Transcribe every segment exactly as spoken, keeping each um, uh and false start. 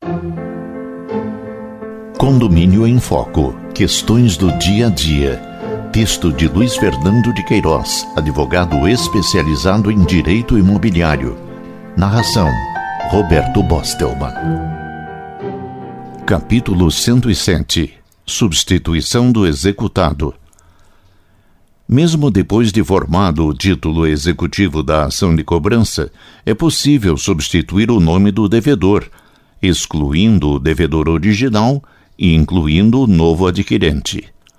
Condomínio em Foco. Questões do dia a dia. Texto de Luiz Fernando de Queiroz, advogado especializado em direito imobiliário. Narração: Roberto Bostelman. Capítulo cento e sete. Substituição do executado. Mesmo depois de formado o título executivo da ação de cobrança, é possível substituir o nome do devedor, excluindo o devedor original e incluindo o novo adquirente.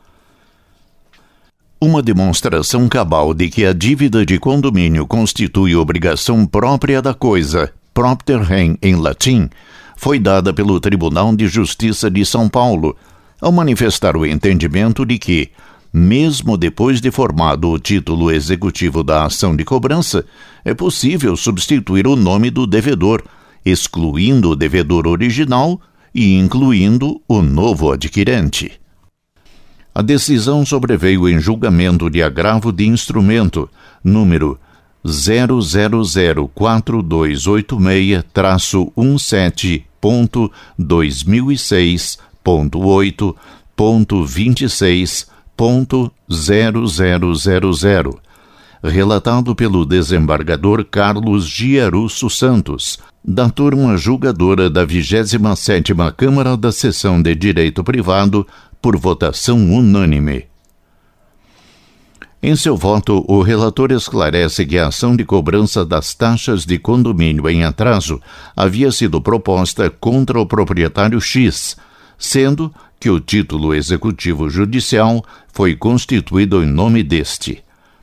Uma demonstração cabal de que a dívida de condomínio constitui obrigação própria da coisa, propter rem em latim, foi dada pelo Tribunal de Justiça de São Paulo, ao manifestar o entendimento de que, mesmo depois de formado o título executivo da ação de cobrança, é possível substituir o nome do devedor, excluindo o devedor original e incluindo o novo adquirente. A decisão sobreveio em julgamento de agravo de instrumento, número zero zero zero quatro dois oito seis traço dezessete ponto dois mil e seis ponto oito ponto vinte e seis ponto zero zero zero zero, relatado pelo desembargador Carlos Giarusso Santos, da turma julgadora da vigésima sétima Câmara da Seção de Direito Privado, por votação unânime. Em seu voto, o relator esclarece que a ação de cobrança das taxas de condomínio em atraso havia sido proposta contra o proprietário X, sendo que o título executivo judicial foi constituído em nome deste.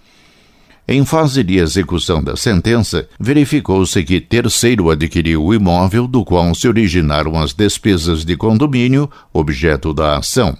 Em fase de execução da sentença, verificou-se que terceiro adquiriu o imóvel do qual se originaram as despesas de condomínio, objeto da ação.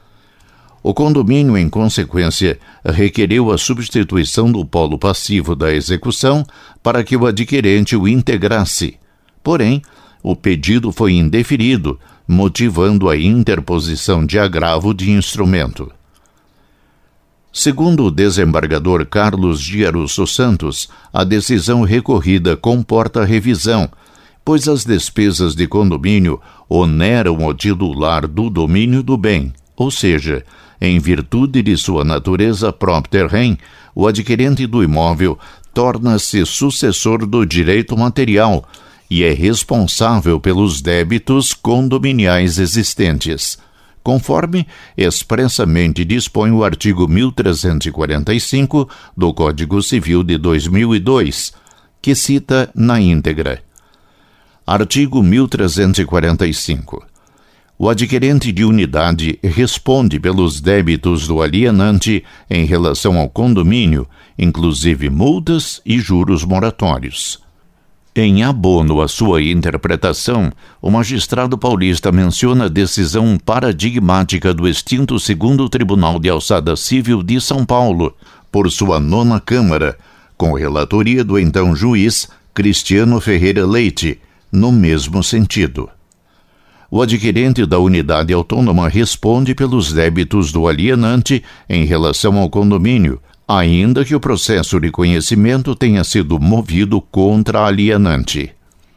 O condomínio, em consequência, requereu a substituição do polo passivo da execução para que o adquirente o integrasse. Porém, o pedido foi indeferido, motivando a interposição de agravo de instrumento. Segundo o desembargador Carlos Giarusso Santos, a decisão recorrida comporta revisão, pois as despesas de condomínio oneram o titular do domínio do bem, ou seja, em virtude de sua natureza propter rem, o adquirente do imóvel torna-se sucessor do direito material e é responsável pelos débitos condominiais existentes, conforme expressamente dispõe o artigo mil trezentos e quarenta e cinco do Código Civil de dois mil e dois, que cita na íntegra. Artigo mil trezentos e quarenta e cinco. O adquirente de unidade responde pelos débitos do alienante em relação ao condomínio, inclusive multas e juros moratórios. Em abono à sua interpretação, o magistrado paulista menciona a decisão paradigmática do extinto segundo Tribunal de Alçada Civil de São Paulo, por sua nona Câmara, com relatoria do então juiz Cristiano Ferreira Leite, no mesmo sentido. O adquirente da unidade autônoma responde pelos débitos do alienante em relação ao condomínio, ainda que o processo de conhecimento tenha sido movido contra a alienante.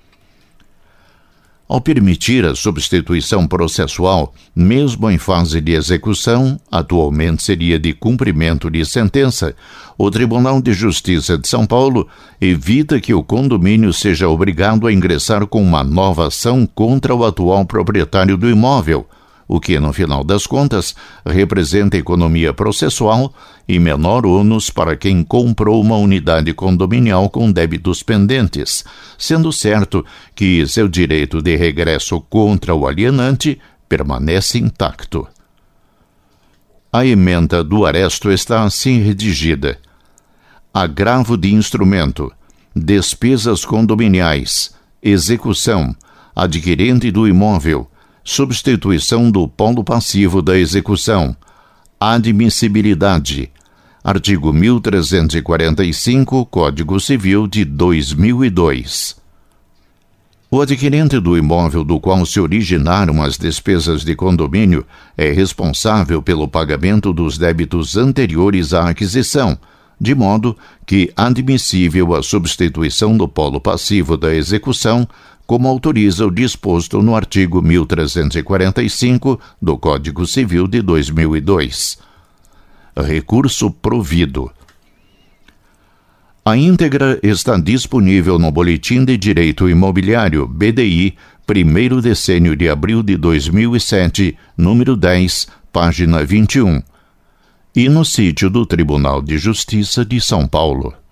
Ao permitir a substituição processual, mesmo em fase de execução, atualmente seria de cumprimento de sentença, o Tribunal de Justiça de São Paulo evita que o condomínio seja obrigado a ingressar com uma nova ação contra o atual proprietário do imóvel, o que, no final das contas, representa economia processual e menor ônus para quem comprou uma unidade condominial com débitos pendentes, sendo certo que seu direito de regresso contra o alienante permanece intacto. A ementa do aresto está assim redigida: agravo de instrumento, despesas condominiais, execução, adquirente do imóvel, substituição do polo passivo da execução, admissibilidade, artigo mil trezentos e quarenta e cinco, Código Civil de dois mil e dois. O adquirente do imóvel do qual se originaram as despesas de condomínio é responsável pelo pagamento dos débitos anteriores à aquisição, de modo que admissível a substituição do polo passivo da execução como autoriza o disposto no artigo mil trezentos e quarenta e cinco do Código Civil de dois mil e dois. Recurso provido. A íntegra está disponível no Boletim de Direito Imobiliário, B D I, primeiro decênio de abril de dois mil e sete, número dez, página vinte e um, e no sítio do Tribunal de Justiça de São Paulo.